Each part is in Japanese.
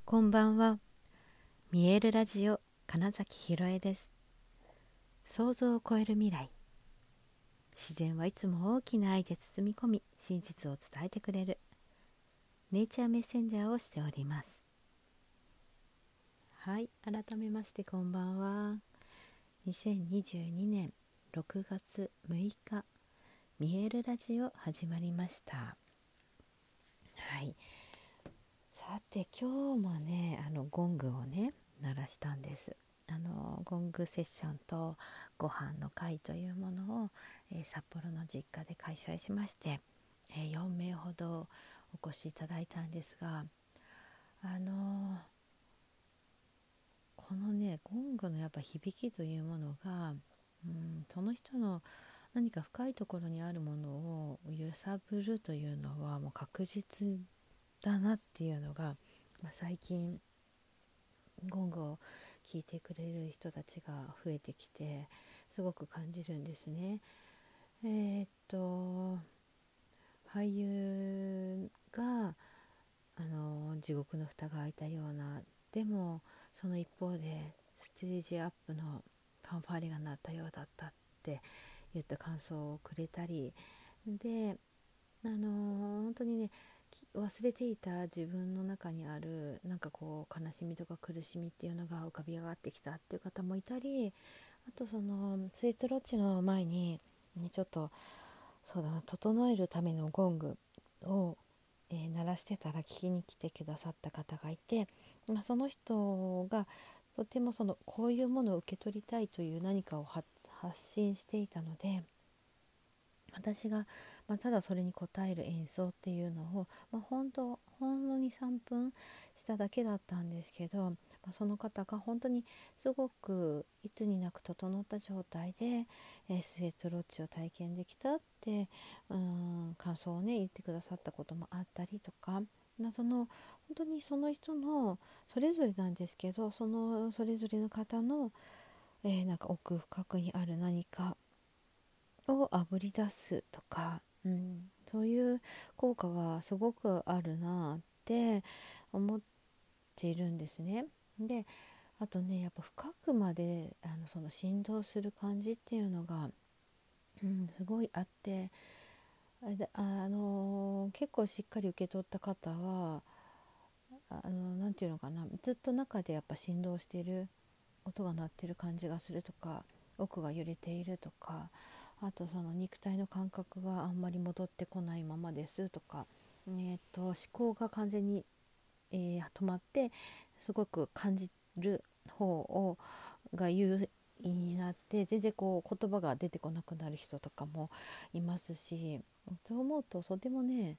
こんばんは。見えるラジオ金崎ひろえです。想像を超える未来。自然はいつも大きな愛で包み込み、真実を伝えてくれるネイチャーメッセンジャーをしております。はい、改めましてこんばんは。2022年6月6日、見えるラジオ始まりました。はい、さて今日もね、ゴングをね鳴らしたんです。ゴングセッションとご飯の会というものを、札幌の実家で開催しまして、4名ほどお越しいただいたんですが、このねゴングのやっぱ響きというものが、その人の何か深いところにあるものを揺さぶるというのはもう確実だなっていうのが、最近ゴングを聞いてくれる人たちが増えてきてすごく感じるんですね。俳優が地獄の蓋が開いたような、でもその一方でステージアップのファンファーレが鳴ったようだったって言った感想をくれたりで、本当にね忘れていた自分の中にあるなんかこう悲しみとか苦しみっていうのが浮かび上がってきたっていう方もいたり、あとそのスイートロッジの前に、ちょっとそうだな、整えるためのゴングを、鳴らしてたら聞きに来てくださった方がいて、その人がとてもこういうものを受け取りたいという何かを発信していたので、私が、ただそれに応える演奏っていうのを、ほんの2、3分しただけだったんですけど、その方が本当にすごくいつになく整った状態で、スエットロッジを体験できたって感想をね言ってくださったこともあったりとか、本当にその人のそれぞれなんですけど、それぞれの方の、なんか奥深くにある何かをあぶり出すとか、そういう効果がすごくあるなって思っているんですね。で、あとねやっぱ深くまでその振動する感じっていうのが、すごいあって、結構しっかり受け取った方はなんていうのかな、ずっと中でやっぱ振動している音が鳴ってる感じがするとか、奥が揺れているとか、あとその肉体の感覚があんまり戻ってこないままですとか、思考が完全に、止まってすごく感じる方をが優位になって全然こう言葉が出てこなくなる人とかもいますし、そう思うととてもね、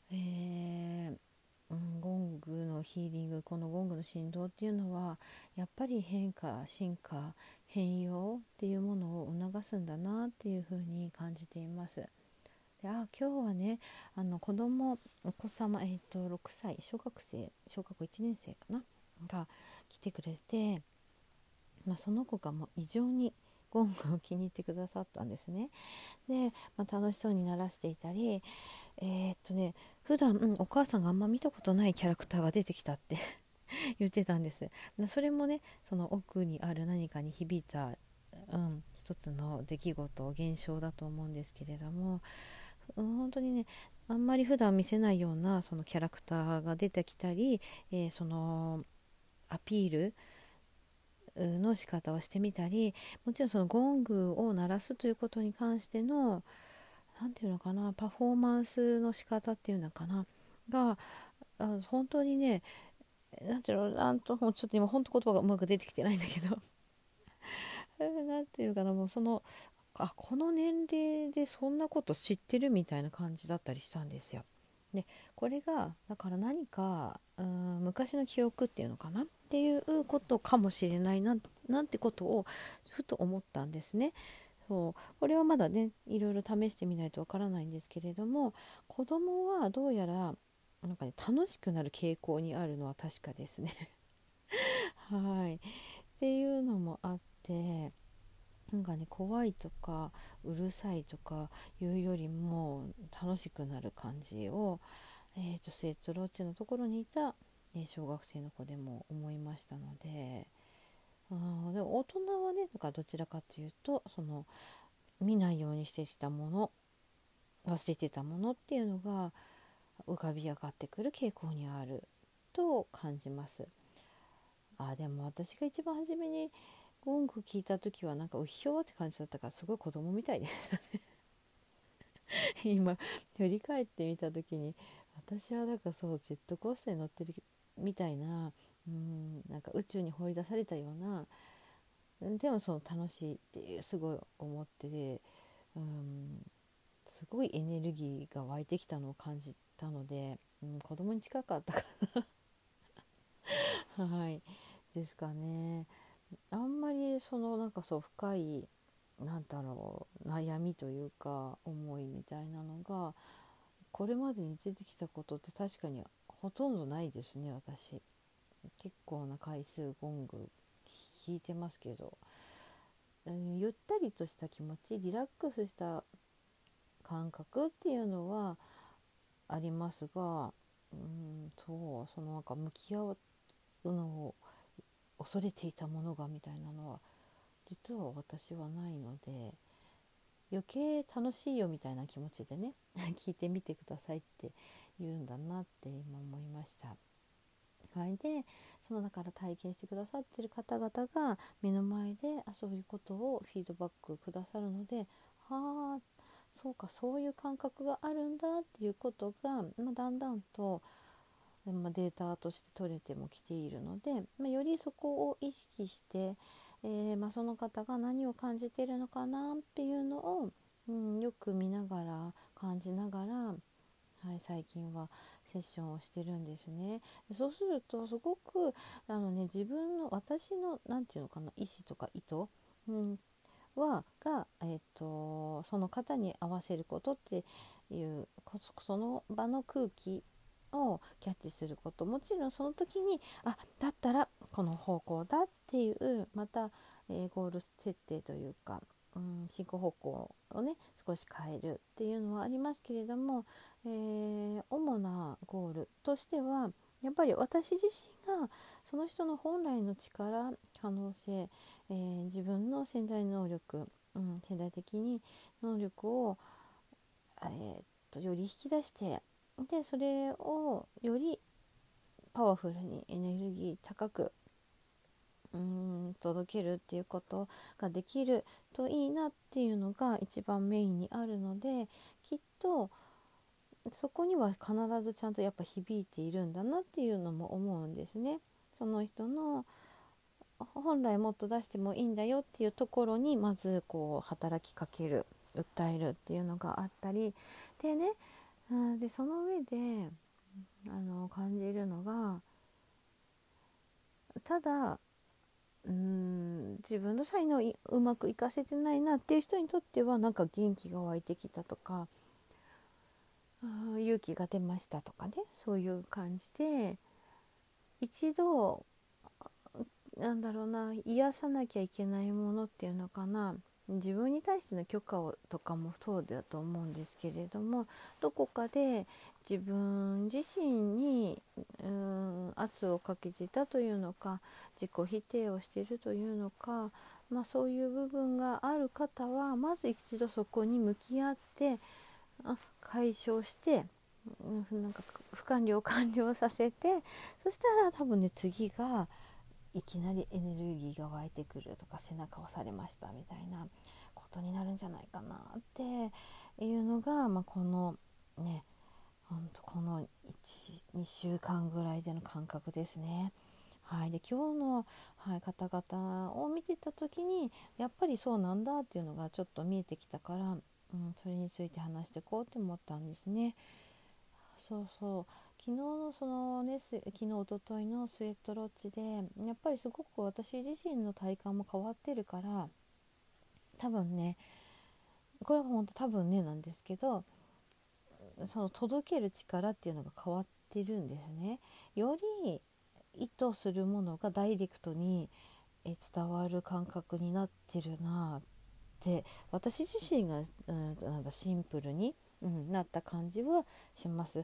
ゴングのヒーリング、このゴングの振動っていうのはやっぱり変化、進化、変容っていうものを促すんだなっていうふうに感じています。で、今日はねお子様、6歳小学1年生かなが来てくれて、その子がもう異常にゴングを気に入ってくださったんですね。で、楽しそうに鳴らしていたり、普段、お母さんがあんま見たことないキャラクターが出てきたって言ってたんです。それもねその奥にある何かに響いた、一つの出来事現象だと思うんですけれども、本当にねあんまり普段見せないようなそのキャラクターが出てきたり、そのアピールの仕方をしてみたり、もちろんそのゴングを鳴らすということに関してのなんていうのかな、パフォーマンスの仕方っていうのかなが本当にね、なんていうの、もうちょっと今本当言葉がうまく出てきてないんだけどなんていうかな、もうこの年齢でそんなこと知ってるみたいな感じだったりしたんですよ。でこれがだから何か昔の記憶っていうのかなっていうことかもしれないなんてことをふと思ったんですね。これはまだねいろいろ試してみないとわからないんですけれども、子供はどうやらなんか、ね、楽しくなる傾向にあるのは確かですねはいっていうのもあって、なんかね怖いとかうるさいとかいうよりも楽しくなる感じを、スエットロッジのところにいた小学生の子でも思いましたので、でも大人はね、だからどちらかというとその見ないようにしてきたもの、忘れてたものっていうのが浮かび上がってくる傾向にあると感じます。でも私が一番初めに音楽聞いた時はなんかうひょーって感じだったから、すごい子供みたいです今振り返ってみた時に、私はなんかそうジェットコースターに乗ってるみたいな、なんか宇宙に放り出されたような、でもその楽しいっていうすごい思ってて、すごいエネルギーが湧いてきたのを感じたので、子供に近かったかなはいですかね。あんまりそのなんかそう深いなんだろう悩みというか思いみたいなのがこれまでに出てきたことって確かにほとんどないですね。私結構な回数ゴング弾いてますけど、ゆったりとした気持ち、リラックスした感覚っていうのはありますが、そのなんか向き合うのを恐れていたものがみたいなのは実は私はないので、余計楽しいよみたいな気持ちでね聞いてみてくださいって言うんだなって今思いました。はい、でそのだから体験してくださってる方々が目の前でそういうことをフィードバックくださるので、はあそうか、そういう感覚があるんだっていうことが、だんだんと、データとして取れてもきているので、よりそこを意識して、その方が何を感じているのかなっていうのを、よく見ながら感じながら、最近はセッションをしてるんですね。そうするとすごく自分の私のなんていうのかな、意思とか意図、が、その方に合わせることっていうその場の空気をキャッチすること、もちろんその時にだったらこの方向だっていうまた、ゴール設定というか、進行方向をね少し変えるっていうのはありますけれども、主なゴールとしてはやっぱり私自身がその人の本来の力、可能性、自分の潜在能力、潜在的に能力を、より引き出して、でそれをよりパワフルにエネルギー高く届けるっていうことができるといいなっていうのが一番メインにあるので、きっとそこには必ずちゃんとやっぱ響いているんだなっていうのも思うんですね。その人の本来もっと出してもいいんだよっていうところにまずこう働きかける、訴えるっていうのがあったりでね、でその上で感じるのが、ただ自分の才能をうまく活かせてないなっていう人にとってはなんか元気が湧いてきたとか、勇気が出ましたとかね、そういう感じで一度なんだろうな、癒さなきゃいけないものっていうのかな、自分に対しての許可をとかもそうだと思うんですけれども、どこかで自分自身に圧をかけていたというのか、自己否定をしているというのか、そういう部分がある方はまず一度そこに向き合って解消して、なんか不完了を完了させて、そしたら多分ね次がいきなりエネルギーが湧いてくるとか背中を押されましたみたいなことになるんじゃないかなっていうのが、このねこの2週間ぐらいでの感覚ですね。で今日の、方々を見てた時にやっぱりそうなんだっていうのがちょっと見えてきたから、それについて話していこうって思ったんですね。そうそう、昨日のそのね、昨日一昨日のスウェットロッジでやっぱりすごく私自身の体感も変わってるから、多分ねこれは本当多分ねなんですけど、その届ける力っていうのが変わってるんですね。より意図するものがダイレクトに伝わる感覚になってるなって私自身が、なんだシンプルに、なった感じはします。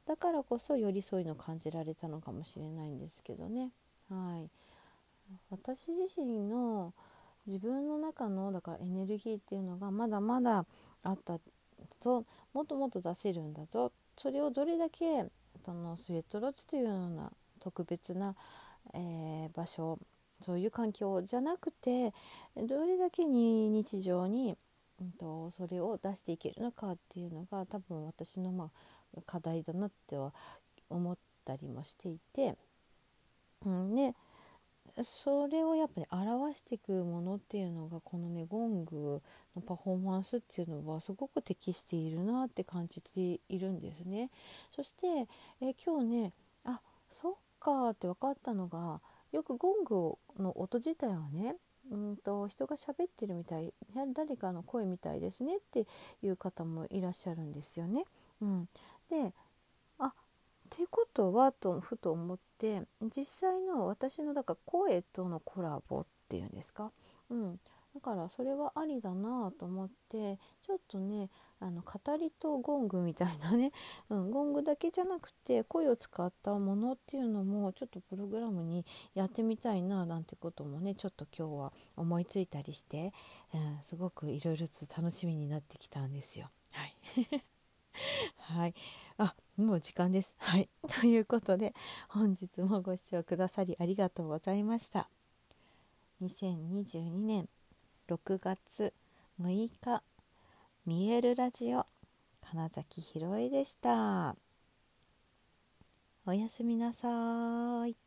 だからこそよりそういうのを感じられたのかもしれないんですけどね。はい、私自身の自分の中のだからエネルギーっていうのがまだまだあったぞ、もっともっと出せるんだぞ、それをどれだけそのスウェットロッジというような特別な、場所、そういう環境じゃなくてどれだけに日常に、それを出していけるのかっていうのが多分私の、課題だなっては思ったりもしていて、でそれをやっぱり表していくものっていうのがこのねゴングのパフォーマンスっていうのはすごく適しているなって感じているんですね。そして、今日ね、あ、そっかって分かったのが、よくゴングの音自体はね、人が喋ってるみたい、誰かの声みたいですねっていう方もいらっしゃるんですよね。で、ってことはとふと思って、実際の私のだから声とのコラボっていうんですか、だからそれはありだなと思って、ちょっとね語りとゴングみたいなね、ゴングだけじゃなくて声を使ったものっていうのもちょっとプログラムにやってみたいななんてこともねちょっと今日は思いついたりして、すごくいろいろと楽しみになってきたんですよ。はいはい、もう時間です。はい、ということで本日もご視聴くださりありがとうございました。2022年6月6日見えるラジオ、金崎ひろえでした。おやすみなさい。